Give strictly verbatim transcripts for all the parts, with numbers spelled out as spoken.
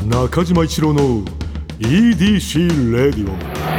中島一郎の イーディーシー レディオ。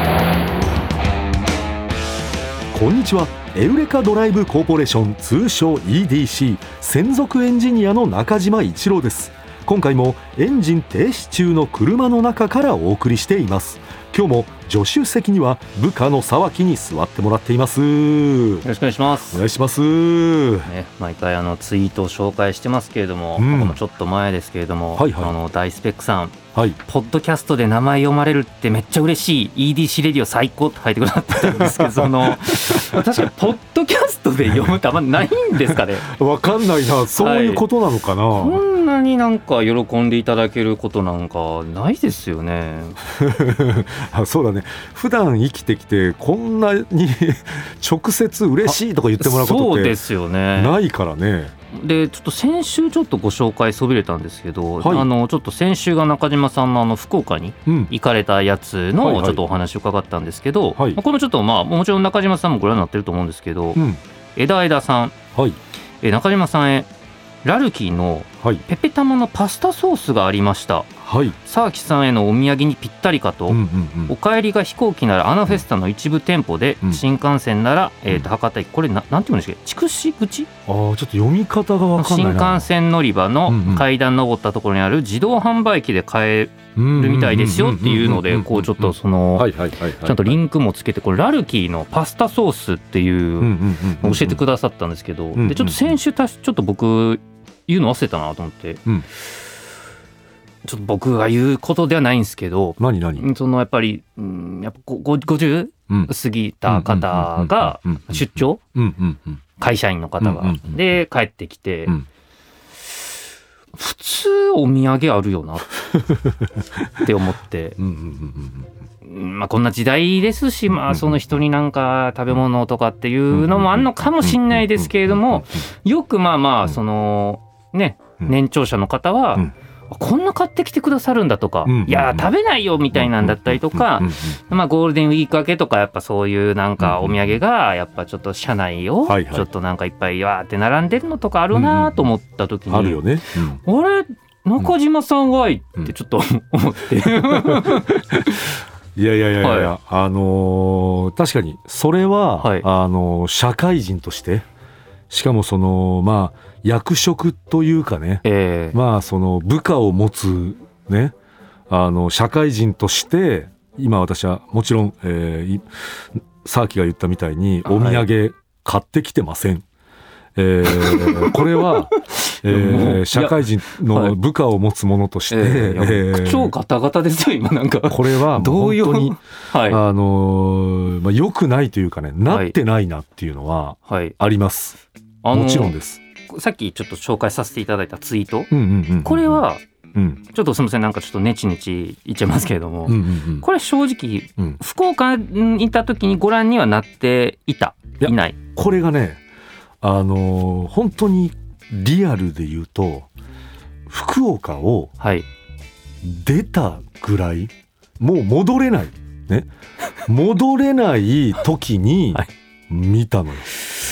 こんにちは。エウレカドライブコーポレーション、通称 イーディーシー 専属エンジニアの中島一郎です。今回もエンジン停止中の車の中からお送りしています。今日も助手席には部下の沢木に座ってもらっています。よろしくお願いします。 お願いします、 ね、毎回あのツイートを紹介してますけれども、うん、僕もちょっと前ですけれども、はいはい、あの大スペックさん、はい、ポッドキャストで名前読まれるってめっちゃ嬉しい イーディーシー レディオ最高って書いてくださってたんですけどその確かにポッドキャストで読むってあんまないんですかね。 わかんないな、そういうことなのかな、はい、 こんなになんか喜んでいただけることなんかないですよね。 あ、そうだね。普段生きてきてこんなに直接嬉しいとか言ってもらうことってそうですよね、 ないからね。 でちょっと先週ちょっとご紹介そびれたんですけど、はい、あのちょっと先週が中島さんのあの福岡に行かれたやつのちょっとお話を伺ったんですけど、はいはい、これもちょっとまあもちろん中島さんもご覧になってると思うんですけど、うん、枝枝さん、はい、え中島さんへラルキーのペペタマのパスタソースがありました、はい、沢木さんへのお土産にぴったりかと、うんうんうん、お帰りが飛行機ならアナフェスタの一部店舗で、うん、新幹線なら、えー、と博多駅、これ な, なんていうんですか、筑紫口、 あちょっと読み方が分かんないな。 新幹線乗り場の階段登ったところにある自動販売機で買えるみたいですよっていうので、こうちょっとそのちゃんとリンクもつけて、これラルキーのパスタソースっていう教えてくださったんですけど、でちょっと先週たしちょっと僕言うの忘れたなと思って、うん、ちょっと僕が言うことではないんですけど、 何何そのやっぱり、うん、やっぱごじゅう過ぎた方が出張、会社員の方がで帰ってきて、うん、普通お土産あるよなって思ってまあこんな時代ですし、まあその人になんか食べ物とかっていうのもあんのかもしれないですけれども、よくまあまあそのね年長者の方は、うんこんな買ってきてくださるんだとか、うんうんうん、いや食べないよみたいなんだったりとか、うんうんうん、まあゴールデンウィーク明けとかやっぱそういうなんかお土産がやっぱちょっと車内をちょっとなんかいっぱいわーって並んでるのとかあるなと思った時に、うんうん、あるよね、うん、あれ中島さんはいってちょっと思って、うん、 いやいやいやいや、はい、あのー、確かにそれは、はい、あのー、社会人としてしかもそのまあ役職というかね、えー、まあその部下を持つね、あの社会人として今私はもちろん、えー、沢木が言ったみたいにお土産買ってきてません、はい、えー、これは、えー、社会人の部下を持つ者として、はい、えー、口調ガタガタですよ今なんかこれはもう本当にはい、あのまあ、良くないというかね、なってないなっていうのはあります、はい、もちろんです。 さっきちょっと紹介させていただいたツイート、うんうんうんうん、これは、うん、ちょっとすみませんなんかちょっとネチネチ言っちゃいますけれども、うんうんうん、これ正直、うん、福岡にいた時にご覧にはなっていた い, いないこれがね、あのー、本当にリアルで言うと福岡を出たぐらい、はい、もう戻れないね戻れない時に見たのよ、はい、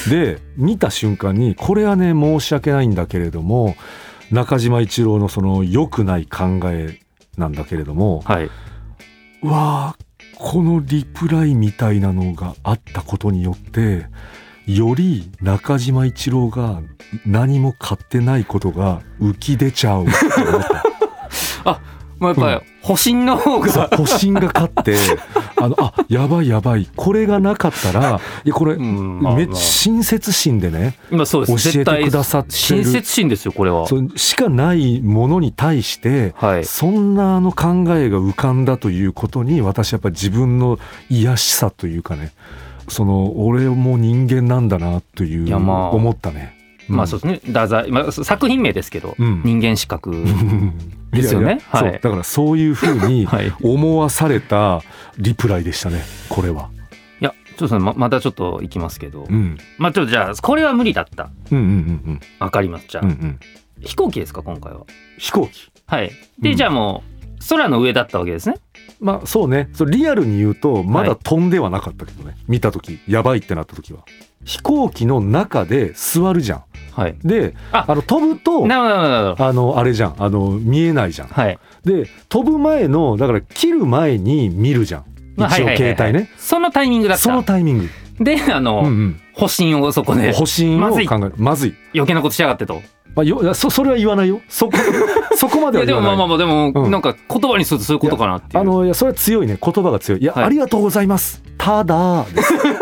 で見た瞬間にこれはね申し訳ないんだけれども中島一郎のその良くない考えなんだけれども、はい、うわーこのリプライみたいなのがあったことによってより中島一郎が何も買ってないことが浮き出ちゃうあ、まあ、やっぱり保身の方が、 うん、保身が勝ってあのあやばいやばいこれがなかったらいやこれ、うんまあまあ、め親切心でね、まあ、そうです教えてくださってる親切心ですよこれはそしかないものに対して、はい、そんなあの考えが浮かんだということに私やっぱり自分の癒しさというかねその俺も人間なんだなというい、まあ、思ったね、 うん、まあそうですね太宰、まあ、作品名ですけど、うん、人間資格ですよね。いやいや、はい、そうだからそういうふうに思わされたリプライでしたねこれは。 いやちょっと ま, またちょっといきますけど、うん、まあちょっとじゃあこれは無理だった、うんうんうんうん、分かります。じゃあ、うんうん、飛行機ですか今回は。 飛行機、 はいで、うん、じゃあもう空の上だったわけですね。 まあそうね、それリアルに言うとまだ飛んではなかったけどね、はい、見た時やばいってなった時は飛行機の中で座るじゃん。 はい、 で あ, あの飛ぶとなるほどなるほどあのあれじゃんあの見えないじゃん、 はい、 で飛ぶ前のだから切る前に見るじゃん一応携帯ね、 そのタイミングだったそのタイミングであの、うんうん、保身をそこで保身を考えるまずい余計なことしやがってと、 まあ、よ そ, それは言わないよそこそこまでは言わない。 いやでもまあまあでも、うん、なんか言葉にするとそういうことかなっていう。 いやあのいやそれは強いね言葉が強いいや、はい、ありがとうございますただですね、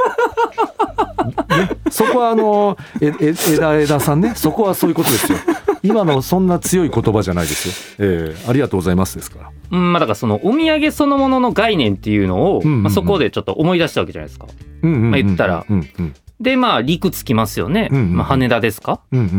そこはあのええ枝枝さんねそこはそういうことですよ今のそんな強い言葉じゃないですよ、えー、ありがとうございますですから、 うんまあ、だからそのお土産そのものの概念っていうのを、うんうんうんまあ、そこでちょっと思い出したわけじゃないですか、うんうんうんまあ、言ったら、うんうん、でまあ陸つきますよね、うんうんまあ、羽田ですか、うんうんうん、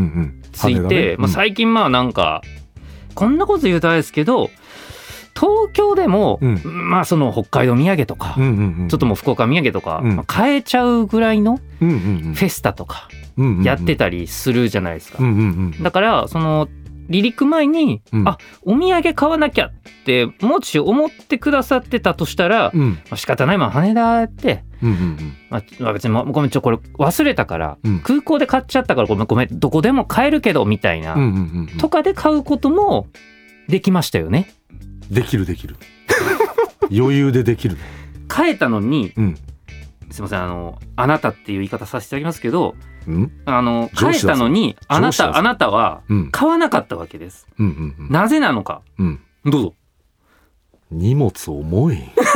ついて、ねうんまあ、最近まあなんかこんなこと言うとあれですけど東京でも、うん、まあその北海道土産とか、うんうんうん、ちょっともう福岡土産とか、うんまあ、買えちゃうぐらいのフェスタとかやってたりするじゃないですか、うんうんうん、だからその離陸前に、うん、あお土産買わなきゃってもし思ってくださってたとしたら、うんまあ、仕方ないまあ羽田って、うんうんうんまあ、別にごめんちょこれ忘れたから、うん、空港で買っちゃったからごめんごめんどこでも買えるけどみたいな、うんうんうんうん、とかで買うこともできましたよね。 できるできる余裕でできる買えたのに、うん、すいませんあのあなたっていう言い方させていただきますけどんあの買えたのにあなたあなたは買わなかったわけです、うんうんうん、なぜなのか、うん、どうぞ。 荷物重い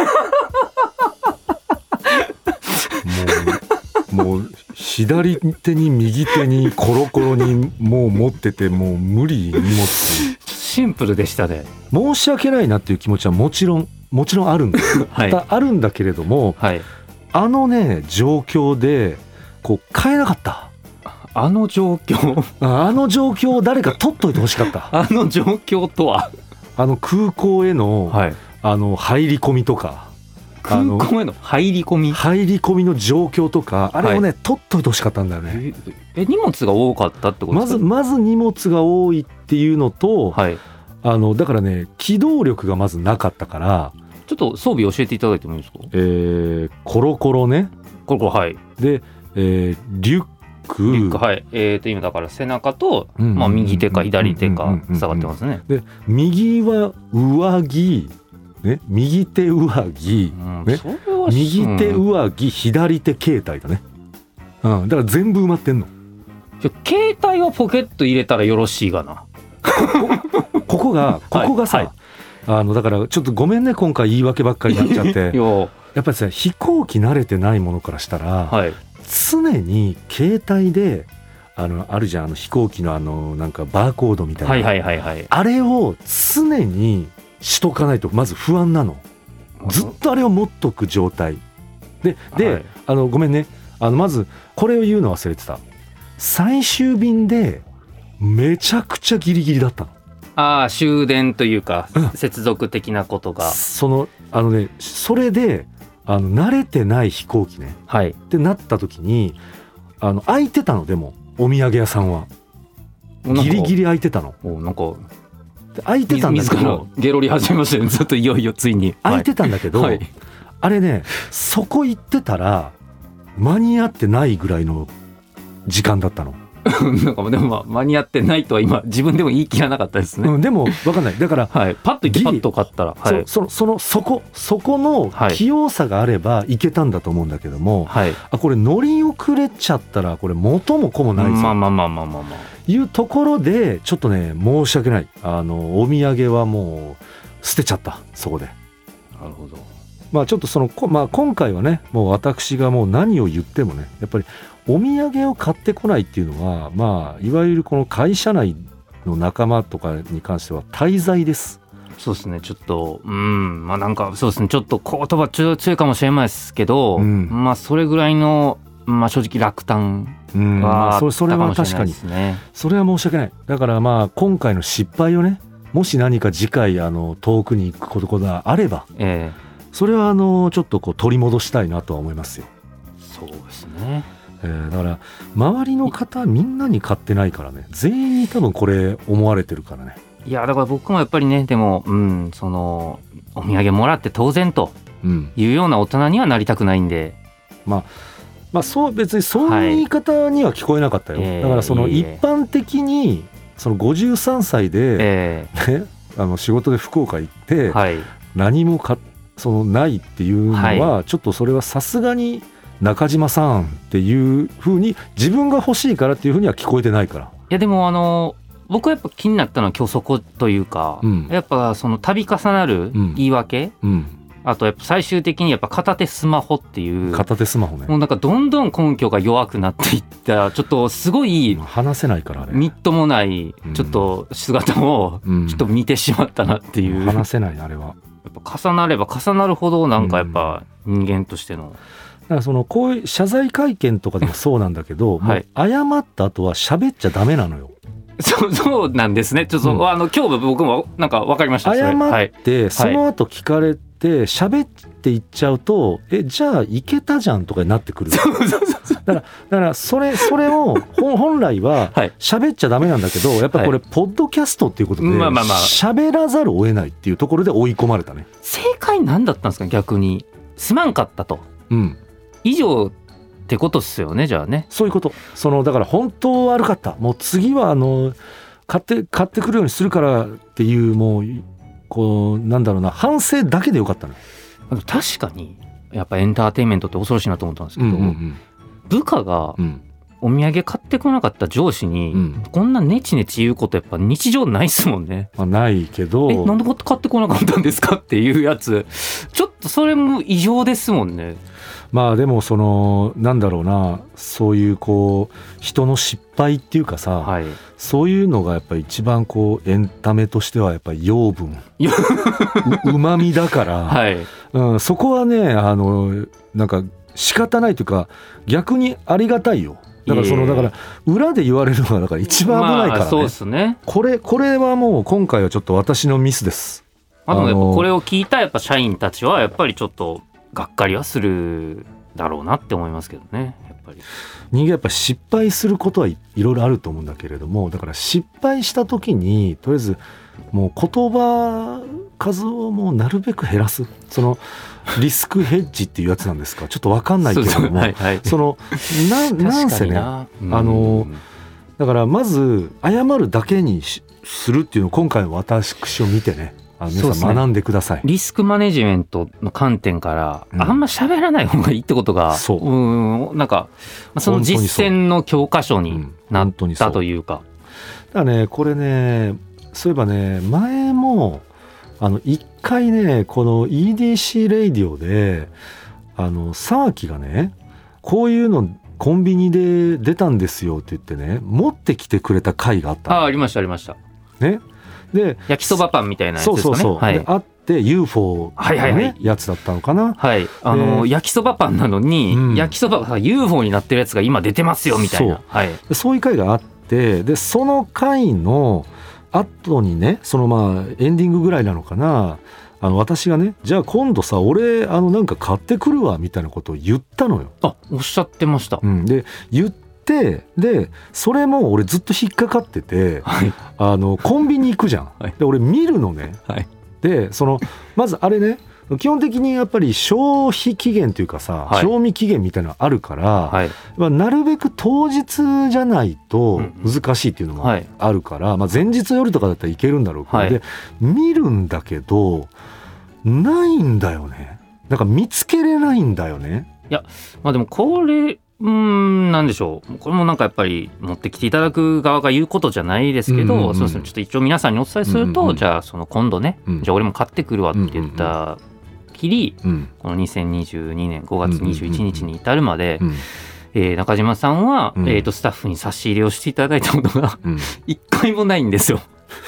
もうもう左手に右手にコロコロにもう持っててもう無理荷物シンプルでしたね。 申し訳ないなっていう気持ちはもちろんもちろんあるんだよ、はい、あるんだけれども、はい、あのね状況でこう買えなかった。 あの状況あの状況を誰か取っといてほしかったあの状況とはあの空港への、はい、あの入り込みとか空港への入り込み入り込みの状況とかあれをね、はい、取っといてほしかったんだよね。 ええ荷物が多かったってことですか。 まずまず荷物が多いっていうのと、はい、あのだからね機動力がまずなかったからちょっと装備教えていただいてもいいですか。 えー、コロコロねコロコロはいで、えー、リュックリュックはいえーと今だから背中と、うんうんうんまあ、右手か左手か下がってますね。 で右は上着ね、右手上着、うんね、右手上着左手携帯だね、うん、だから全部埋まってんの。 携帯はポケット入れたらよろしいがなこ, ここがここがさ、はいはい、あのだからちょっとごめんね今回言い訳ばっかりになっちゃってやっぱりさ飛行機慣れてないものからしたら、はい、常に携帯であのあるじゃんあの飛行機のあのなんかバーコードみたいな、はいはいはいはい、あれを常にしとかないとまず不安なの。ずっとあれを持っとく状態で、で、はい、あのごめんねあのまずこれを言うの忘れてた。最終便でめちゃくちゃギリギリだったの。 ああ終電というか、うん、接続的なことがそのあのねそれであの慣れてない飛行機ね、はい、ってなった時にあの空いてたの。でもお土産屋さんはギリギリ空いてたの。 おなんか空いてたんだけどゲロり始めましたね。ずっといよいよついに空いてたんだけど、はい、あれねそこ行ってたら間に合ってないぐらいの時間だったのなんかでも、まあ、間に合ってないとは今自分でも言い切らなかったですね、 うん、でも分かんないだから、 はい、パッと行ってパッと買ったら、はい、 そ, そ, そのそこそこの器用さがあればいけたんだと思うんだけども、はい、あこれ乗り遅れちゃったらこれ元も子もないぞまあまあまあまあまあまあいうところでちょっとね申し訳ないあのお土産はもう捨てちゃったそこで。 なるほど。 まあちょっとその、まあ、今回はねもう私がもう何を言ってもねやっぱりお土産を買ってこないっていうのはまあいわゆるこの会社内の仲間とかに関しては大罪です。 そうですねちょっとうんまあなんかそうですねちょっと言葉強いかもしれないですけど、うん、まあそれぐらいのまあ正直落胆はあったかもしれないですね。 それは申し訳ない。だからまあ今回の失敗をねもし何か次回あの遠くに行くことがあれば、えー、それはあのちょっとこう取り戻したいなとは思いますよ。 そうですね、 えー、だから周りの方みんなに買ってないからね全員に多分これ思われてるからね。 いやだから僕もやっぱりねでも、うん、そのお土産もらって当然というような大人にはなりたくないんで、 うん、まあまあ、そう別にそういう言い方には聞こえなかったよ、はい、だからその一般的にそのごじゅうさんさいで、えーね、あの仕事で福岡行って、はい、何もかそのないっていうのは、はい、ちょっとそれはさすがに中島さんっていうふうに自分が欲しいからっていうふうには聞こえてないから。いやでもあの僕はやっぱ気になったのは今日そこというか、うん、やっぱその度重なる言い訳、うんうん、あとやっぱ最終的にやっぱ片手スマホっていう片手スマホね、 もうなんかどんどん根拠が弱くなっていったちょっとすごい話せないからあれみっともないちょっと姿をちょっと見てしまったなっていう、 うん、話せないあれはやっぱ重なれば重なるほどなんかやっぱ人間としての、うん、だからそのこういう謝罪会見とかでもそうなんだけど、はい、もう謝った後は喋っちゃダメなのよ。 そう、そうなんですね。ちょっと、うん、あの今日僕もなんか分かりました。 謝って、はい、その後聞かれて喋っていっちゃうと、えじゃあいけたじゃんとかになってくる。そうそうそうだからだからそれそれを本来は喋っちゃダメなんだけど、やっぱりこれポッドキャストっていうことで喋らざるを得ないっていうところで追い込まれたね。 正解なんだったんですか逆に。すまんかったと。うん。以上。ってことっすよね。じゃあねそういうことそのだから本当悪かったもう次はあの買って買ってくるようにするからっていうもうこうなんだろうな反省だけでよかったの。 確かにやっぱエンターテインメントって恐ろしいなと思ったんですけど、うんうんうん、部下がお土産買ってこなかった上司に、うん、こんなネチネチ言うことやっぱ日常ないっすもんね、 まあ、ないけどえなんで買ってこなかったんですかっていうやつちょっとそれも異常ですもんね。 まあでもそのなんだろうなそういうこう人の失敗っていうかさ、はい、そういうのがやっぱり一番こうエンタメとしてはやっぱり養分うまみだから、はいうん、そこはねあのなんか仕方ないというか逆にありがたいよ。だからそのだから裏で言われるのがだから一番危ないからね。まあ、そうですね。これこれはもう今回はちょっと私のミスです。 あとやっぱこれを聞いたやっぱ社員たちはやっぱりちょっとがっかりはするだろうなって思いますけどね。やっぱり人間やっぱ失敗することはいろいろあると思うんだけれども、だから失敗した時にとりあえずもう言葉数をもうなるべく減らす。そのリスクヘッジっていうやつなんですかちょっと分かんないけれども、はいはい、その な, なんせねあのだからまず謝るだけにするっていうのを今回の私を見てねあ皆さん学んでください、ね、 リスクマネジメントの観点から、うん、あんま喋らない方がいいってことがそううんなんかその実践の教科書になったというか、 うん、だからねこれねそういえばね前もあの一回ねこの イーディーシー レイディオであの沢木がねこういうのコンビニで出たんですよって言ってね持ってきてくれた回があったの。 あありましたありましたねで焼きそばパンみたいなやつですかね。 そうそうそう、はい、であって ユーフォー の、ねはいはいはい、やつだったのかな。 はいあの焼きそばパンなのに、うん、焼きそばが ユーフォー になってるやつが今出てますよみたいな。 そう、はい、そういう回があってでその回の後にねそのまあエンディングぐらいなのかなあの私がねじゃあ今度さ俺あのなんか買ってくるわみたいなことを言ったのよ。 あおっしゃってました、 うん、で言ってでそれも俺ずっと引っかかってて、はい、あのコンビニ行くじゃん、はい、で俺見るのね、はい、でそのまずあれね基本的にやっぱり消費期限というかさ、はい、賞味期限みたいなのあるから、はい、まあ、なるべく当日じゃないと難しいっていうのもあるから、うんうん、まあ、前日夜とかだったらいけるんだろうけど、はい、で見るんだけどないんだよね。なんか見つけれないんだよね。 いやまあでもこれうーんなんでしょうこれもなんかやっぱり持ってきていただく側が言うことじゃないですけど、うんうん、そうですねちょっと一応皆さんにお伝えすると、うんうん、じゃあその今度ね、うん、じゃあ俺も買ってくるわって言ったきり、うん、このにせんにじゅうにねんごがつにじゅういちにちに至るまで、うんうんうんえー、中島さんは、うんえー、とスタッフに差し入れをしていただいたことが一、うん、回もないんですよ。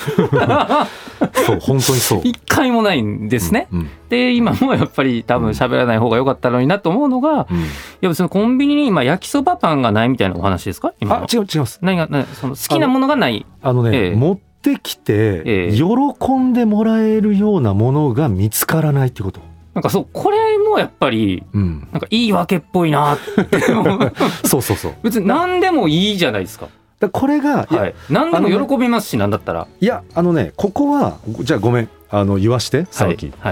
そう本当にそう一回もないんですね、うんうん、で今もやっぱり多分喋らない方が良かったのになと思うのが、うん、いや別にコンビニに今焼きそばパンがないみたいなお話ですか今。 あ違う違います。 何が何その好きなものがないあのね、えー、持ってきて、えー、喜んでもらえるようなものが見つからないってこと。 なんかそうこれもやっぱり、うん、なんか言い訳っぽいなってそうそうそう別に何でもいいじゃないですか。 だこれが、 はい、何でも喜びますし、何だったらいやあのねここはじゃあごめんあの言わしてさっき、 はいはい、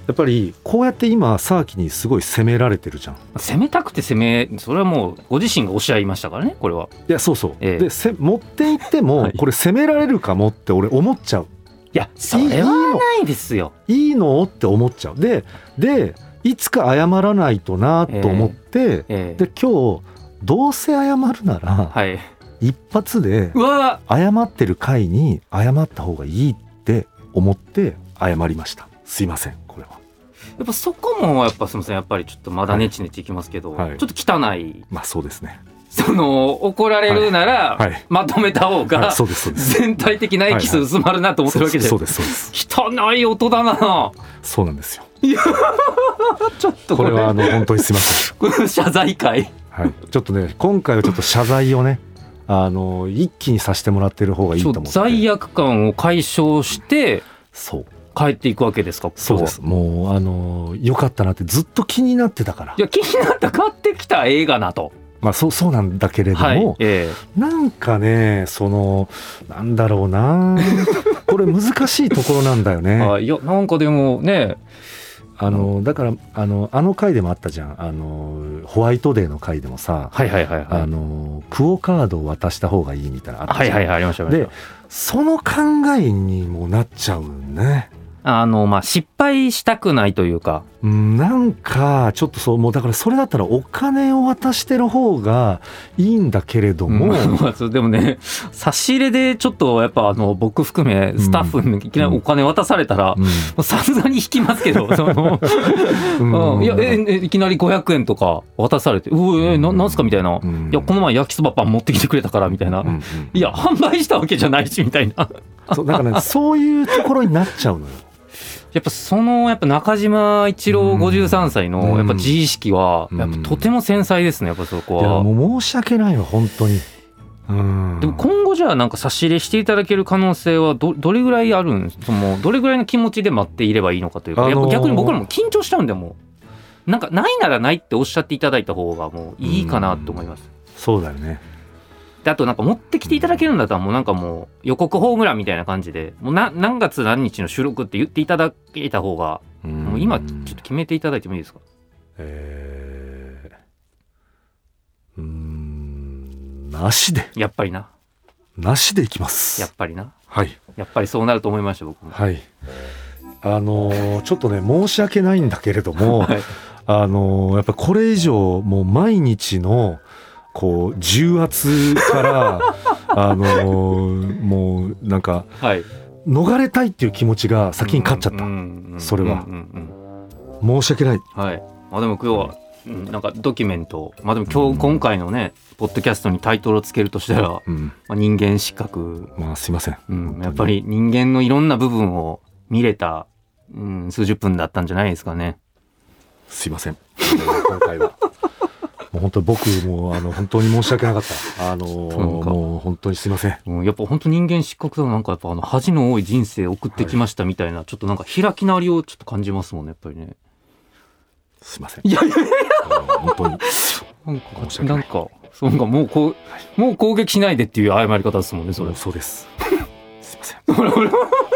やっぱりこうやって今サーキにすごい責められてるじゃん。 攻めたくて攻め、それはもうご自身がおっしゃいましたからね、これは。 いやそうそう、ええ、でせ持っていってもこれ責められるかもって俺思っちゃう。 いやそれはないですよ。 いいのって思っちゃう。ででいつか謝らないとなと思って、えーえー、で今日どうせ謝るなら、はい、一発で謝ってる回に謝った方がいいって思って謝りました。すいません。これはやっぱそこもやっぱすみません、やっぱりちょっとまだネチネチいきますけど、はいはい、ちょっと汚い。 まあそうですね。 その怒られるならまとめた方が全体的なエキス薄まるなと思ってるわけで、 そうですそうです。 汚い音だな。 そうなんですよ。 いやちょっとこれこれはあの本当にすいません。 この謝罪会、 はい、ちょっとね今回はちょっと謝罪をねあの一気にさせてもらってる方がいいと思って、 罪悪感を解消してそう帰っていくわけですか。 そうです。もうあの良かったなってずっと気になってたから。 いや気になった買ってきた映画なと。 まあそうそうなんだけれども、はいえー、なんかねそのなんだろうなこれ難しいところなんだよね。 あいやなんかでもねあのだからあのあの回でもあったじゃん。あのホワイトデーの回でもさ、 はいはいはいはい、 あのクオカードを渡した方がいいみたいなあったじゃん。 はいはいはいありました。 でその考えにもなっちゃうね。 あのまあ失敗したくないというか、 うん、なんかちょっとそうもうだからそれだったらお金を渡してる方がいいんだけれども、 うん、でもね差し入れでちょっとやっぱあの僕含めスタッフにいきなりお金渡されたらさすがに引きますけど、その、うん、いやええいきなりごひゃくえんとか渡されてうおえななんすかみたいな、うん、いやこの前焼きそばパン持ってきてくれたからみたいな、うんうん、いや販売したわけじゃないしみたいなそうだから、ね、そういうところになっちゃうのよ。 やっぱそのやっぱ中島一郎ごじゅうさんさいのやっぱ自意識はやっぱとても繊細ですね。やっぱそこは。 いやもう申し訳ないわ本当に。 うんでも今後じゃあなんか差し入れしていただける可能性は ど, どれぐらいあるんですか。もうどれぐらいの気持ちで待っていればいいのかというか、あのー、やっぱ逆に僕らも緊張しちゃうんで、もうなんかないならないっておっしゃっていただいた方がもういいかなと思います。 そうだよね。 であとなんか持ってきていただけるんだったらもうなんかもう予告ホームランみたいな感じでもうな何月何日の収録って言っていただけた方がもう今ちょっと決めていただいてもいいですか。 えー、うーんなしで。 やっぱりななしでいきます。 やっぱりな。 はい。 やっぱりそうなると思いました僕も。 はい。あのー、ちょっとね申し訳ないんだけれども、はい、あのー、やっぱこれ以上もう毎日のこう重圧からあのー、もうなんか逃れたいっていう気持ちが先に勝っちゃった。それは申し訳ない。 はい。まあでも今日はなんかドキュメント、まあでも今日今回のねポッドキャストにタイトルをつけるとしたら、うんまあ、人間失格。 まあすいません。 うん、やっぱり人間のいろんな部分を見れた、うん、数十分だったんじゃないですかね。 すいません。今回は。もう本当に僕もあの本当に申し訳なかった。あのー、もう本当にすいません。 うん、やっぱ本当人間失格だとなんかやっぱあの恥の多い人生を送ってきましたみたいな、はい、ちょっとなんか開き直りをちょっと感じますもんねやっぱりね。 すいません。 いやいやいや本当になんかなんかそうなんかもうこうもう攻撃しないでっていう謝り方ですもんねそれ。 そうです。すいません。 ほらほら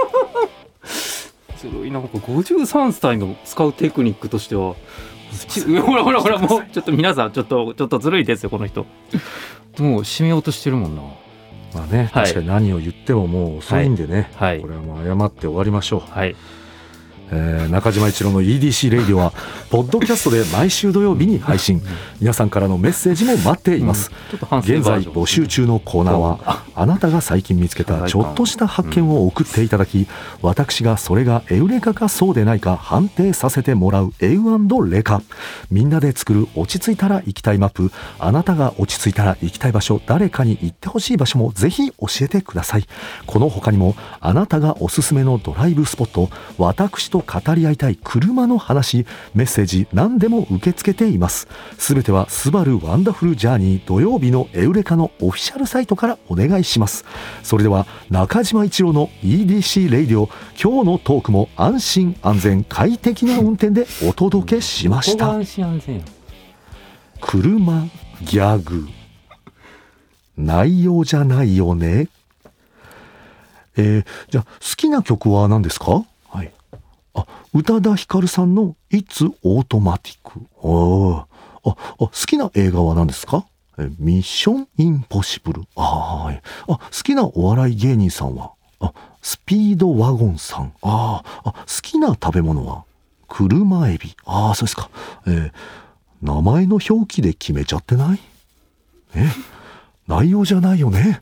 すごいなんかごじゅうさんさいの使うテクニックとしては。ほらほらほらもうちょっと皆さんちょっとちょっとずるいですよこの人。もう締めようとしてるもんな。 まあね、はい、確かに何を言ってももう遅いんでね、はい、これはもう謝って終わりましょう。 はい。 えー、中島一郎の イーディーシー レイディオはポッドキャストで毎週土曜日に配信。皆さんからのメッセージも待っています、うん、現在募集中のコーナーはあなたが最近見つけたちょっとした発見を送っていただき、私がそれがエウレカかそうでないか判定させてもらうエウ&レカ。みんなで作る落ち着いたら行きたいマップ。あなたが落ち着いたら行きたい場所、誰かに行ってほしい場所もぜひ教えてください。この他にもあなたがおすすめのドライブスポット、私と語り合いたい車の話、メッセージ何でも受け付けています。すべてはスバルワンダフルジャーニー土曜日のエウレカのオフィシャルサイトからお願いします。それでは中島一郎の イーディーシー レイディオ、今日のトークも安心安全快適な運転でお届けしました。 安心安全。 車ギャグ内容じゃないよね。えー、じゃあ好きな曲は何ですか？はい。あ、 宇多田ヒカルさんの It's Automatic。 ああ、好きな映画は何ですか？ミッションインポッシブル。ああ、好きなお笑い芸人さんはあスピードワゴンさん。ああ、好きな食べ物は車エビ。ああ、そうですか。えー、名前の表記で決めちゃってない？え、内容じゃないよね。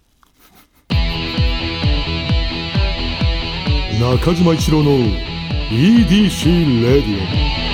中島一郎の イーディーシー レディオ。